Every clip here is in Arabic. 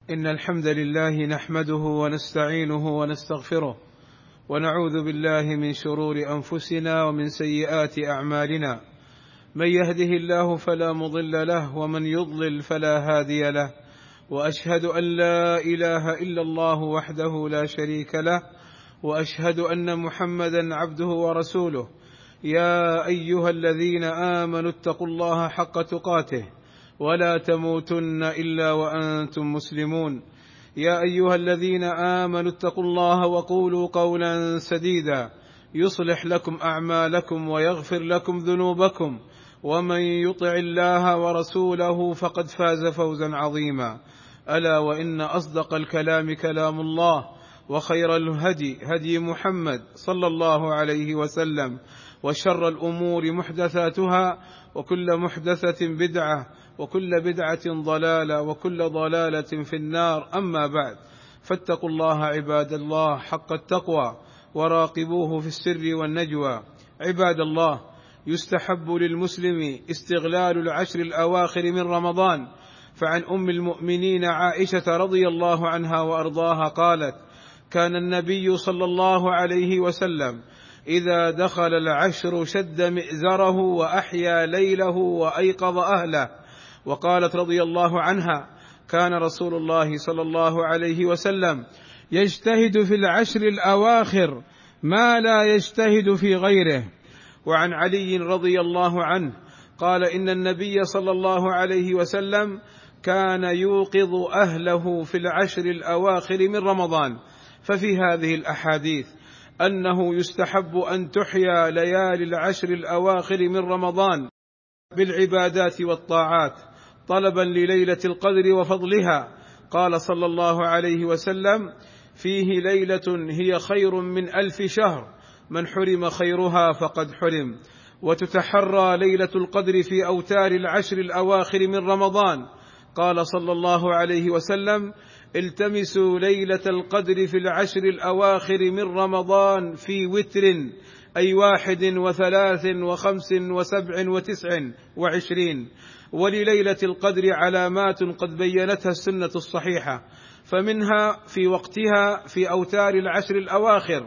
إن الحمد لله نحمده ونستعينه ونستغفره، ونعوذ بالله من شرور أنفسنا ومن سيئات أعمالنا. من يهده الله فلا مضل له، ومن يضلل فلا هادي له. وأشهد أن لا إله إلا الله وحده لا شريك له، وأشهد أن محمدا عبده ورسوله. يا أيها الذين آمنوا اتقوا الله حق تقاته ولا تموتن إلا وأنتم مسلمون. يا أيها الذين آمنوا اتقوا الله وقولوا قولا سديدا يصلح لكم أعمالكم ويغفر لكم ذنوبكم، ومن يطع الله ورسوله فقد فاز فوزا عظيما. ألا وإن أصدق الكلام كلام الله، وخير الهدي هدي محمد صلى الله عليه وسلم، وشر الأمور محدثاتها، وكل محدثة بدعة، وكل بدعة ضلالة، وكل ضلالة في النار. أما بعد، فاتقوا الله عباد الله حق التقوى، وراقبوه في السر والنجوى. عباد الله، يستحب للمسلم استغلال العشر الأواخر من رمضان. فعن أم المؤمنين عائشة رضي الله عنها وأرضاها قالت: كان النبي صلى الله عليه وسلم إذا دخل العشر شد مئزره وأحيا ليله وأيقظ أهله. وقالت رضي الله عنها: كان رسول الله صلى الله عليه وسلم يجتهد في العشر الأواخر ما لا يجتهد في غيره. وعن علي رضي الله عنه قال: إن النبي صلى الله عليه وسلم كان يوقظ أهله في العشر الأواخر من رمضان. ففي هذه الأحاديث أنه يستحب أن تحيا ليالي العشر الأواخر من رمضان بالعبادات والطاعات طلبا لليلة القدر وفضلها. قال صلى الله عليه وسلم: فيه ليلة هي خير من 1000 شهر، من حرم خيرها فقد حرم. وتتحرى ليلة القدر في أوتار العشر الأواخر من رمضان. قال صلى الله عليه وسلم: التمسوا ليلة القدر في العشر الأواخر من رمضان في وتر، أي 31 و5 و7 و29. ولليلة القدر علامات قد بينتها السنة الصحيحة، فمنها في وقتها في أوتار العشر الأواخر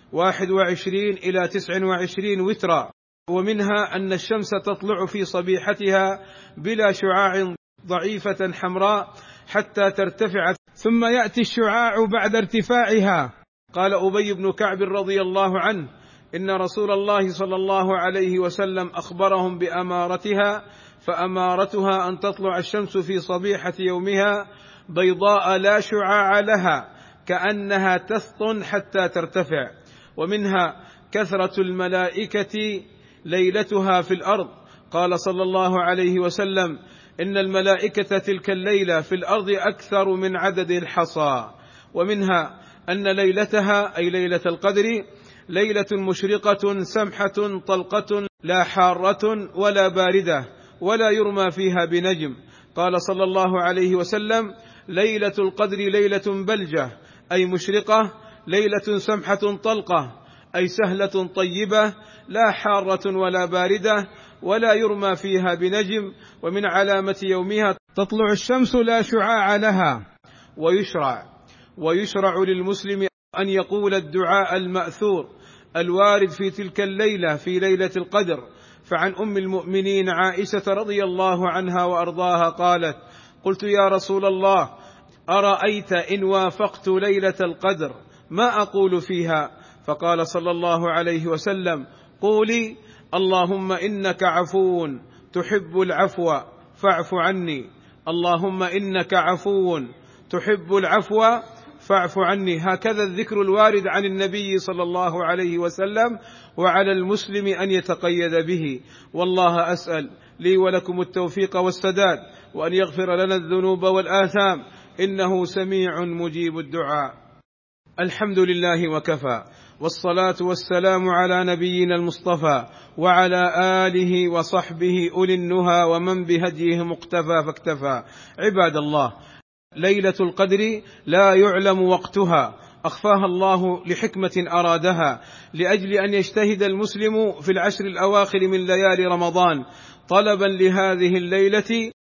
21 إلى 29 وترا. ومنها أن الشمس تطلع في صبيحتها بلا شعاع، ضعيفة حمراء حتى ترتفع، ثم يأتي الشعاع بعد ارتفاعها. قال أبي بن كعب رضي الله عنه: إن رسول الله صلى الله عليه وسلم أخبرهم بأمارتها، فأمارتها أن تطلع الشمس في صبيحة يومها بيضاء لا شعاع لها، كأنها تسطن حتى ترتفع. ومنها كثرة الملائكة ليلتها في الأرض. قال صلى الله عليه وسلم: إن الملائكة تلك الليلة في الأرض أكثر من عدد الحصى. ومنها أن ليلتها، أي ليلة القدر، ليلة مشرقة سمحة طلقة، لا حارة ولا باردة، ولا يرمى فيها بنجم. قال صلى الله عليه وسلم: ليلة القدر ليلة بلجة، أي مشرقة، ليلة سمحة طلقة، أي سهلة طيبة، لا حارة ولا باردة، ولا يرمى فيها بنجم. ومن علامة يومها تطلع الشمس لا شعاع لها. ويشرع للمسلم أن يقول الدعاء المأثور الوارد في تلك الليلة، في ليلة القدر. فعن أم المؤمنين عائشة رضي الله عنها وأرضاها قالت: قلت: يا رسول الله، أرأيت إن وافقت ليلة القدر ما أقول فيها؟ فقال صلى الله عليه وسلم: قولي: اللهم إنك عفو تحب العفو فاعف عني، اللهم إنك عفو تحب العفو فاعف عني. هكذا الذكر الوارد عن النبي صلى الله عليه وسلم، وعلى المسلم أن يتقيد به. والله أسأل لي ولكم التوفيق والسداد، وأن يغفر لنا الذنوب والآثام، إنه سميع مجيب الدعاء. الحمد لله وكفى، والصلاة والسلام على نبينا المصطفى، وعلى آله وصحبه أولي النهى، ومن بهديه مقتفى فاكتفى. عباد الله، ليلة القدر لا يعلم وقتها، أخفاها الله لحكمة أرادها، لأجل أن يجتهد المسلم في العشر الأواخر من ليالي رمضان طلبا لهذه الليلة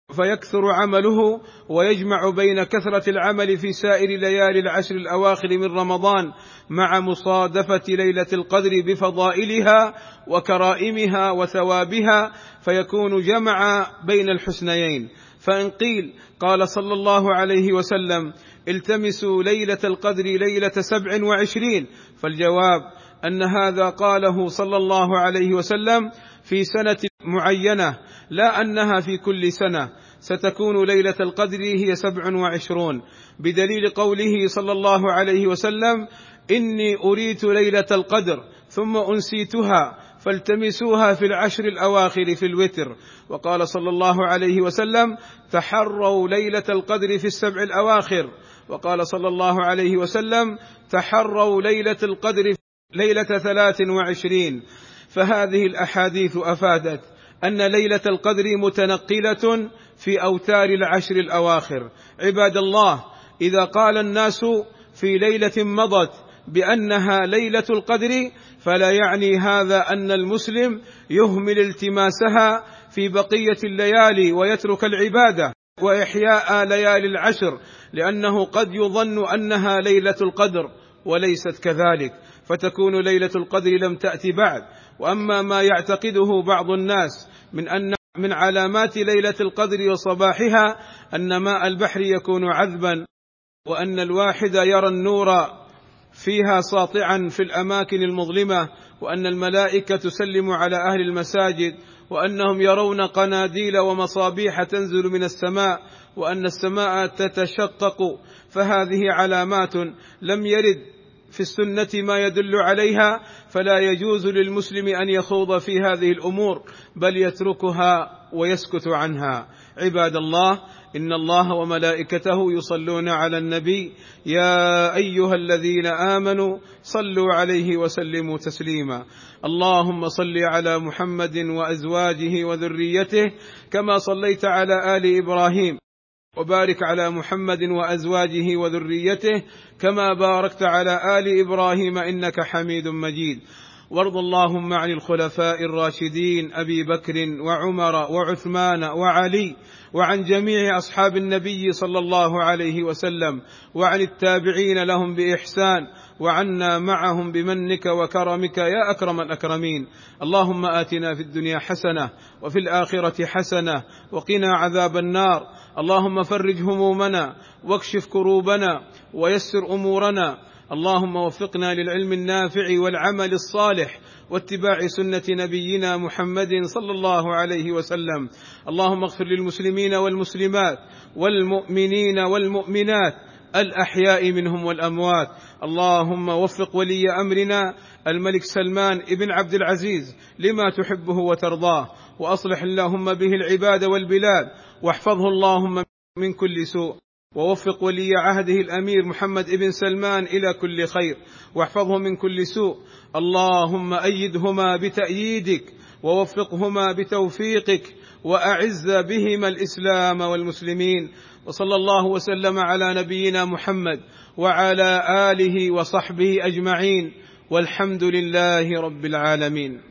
فيكثر عمله ويجمع بين كثرة العمل في سائر ليالي العشر الأواخر من رمضان مع مصادفة ليلة القدر بفضائلها وكرائمها وثوابها، فيكون جمع بين الحسنيين. فإن قيل قال صلى الله عليه وسلم: التمسوا ليلة القدر ليلة 27، فالجواب أن هذا قاله صلى الله عليه وسلم في سنة معينة، لا أنها في كل سنة ستكون ليلة القدر هي 27، بدليل قوله صلى الله عليه وسلم: إني أريت ليلة القدر ثم أنسيتها فالتمسوها في العشر الأواخر في الوتر. وقال صلى الله عليه وسلم: تحروا ليلة القدر في السبع الأواخر. وقال صلى الله عليه وسلم: تحروا ليلة القدر ليلة 23. فهذه الأحاديث أفادت أن ليلة القدر متنقلة في أوتار العشر الأواخر. عباد الله، إذا قال الناس في ليلة مضت بأنها ليلة القدر، فلا يعني هذا أن المسلم يهمل التماسها في بقية الليالي ويترك العبادة وإحياء ليالي العشر، لأنه قد يظن أنها ليلة القدر وليست كذلك، فتكون ليلة القدر لم تأتي بعد. وأما ما يعتقده بعض الناس من علامات ليلة القدر وصباحها أن ماء البحر يكون عذبا، وأن الواحد يرى النور فيها ساطعا في الأماكن المظلمة، وأن الملائكة تسلم على أهل المساجد، وأنهم يرون قناديل ومصابيح تنزل من السماء، وأن السماء تتشقق. فهذه علامات لم يرد في السنة ما يدل عليها، فلا يجوز للمسلم أن يخوض في هذه الأمور، بل يتركها ويسكت عنها. عباد الله، إن الله وملائكته يصلون على النبي، يا أيها الذين آمنوا صلوا عليه وسلموا تسليما. اللهم صل على محمد وأزواجه وذريته كما صليت على آل إبراهيم، وبارك على محمد وأزواجه وذريته كما باركت على آل إبراهيم إنك حميد مجيد. وارض اللهم عن الخلفاء الراشدين أبي بكر وعمر وعثمان وعلي، وعن جميع أصحاب النبي صلى الله عليه وسلم، وعن التابعين لهم بإحسان، وعنا معهم بمنك وكرمك يا أكرم الأكرمين. اللهم آتنا في الدنيا حسنة وفي الآخرة حسنة وقنا عذاب النار. اللهم فرج همومنا واكشف كروبنا ويسر أمورنا. اللهم وفقنا للعلم النافع والعمل الصالح واتباع سنة نبينا محمد صلى الله عليه وسلم. اللهم اغفر للمسلمين والمسلمات والمؤمنين والمؤمنات الأحياء منهم والأموات. اللهم وفق ولي أمرنا الملك سلمان ابن عبد العزيز لما تحبه وترضاه، وأصلح اللهم به العباد والبلاد، واحفظه اللهم من كل سوء، ووفق ولي عهده الأمير محمد ابن سلمان إلى كل خير، واحفظه من كل سوء. اللهم أيدهما بتأييدك، ووفقهما بتوفيقك، وأعز بهما الإسلام والمسلمين. وصلى الله وسلم على نبينا محمد وعلى آله وصحبه أجمعين، والحمد لله رب العالمين.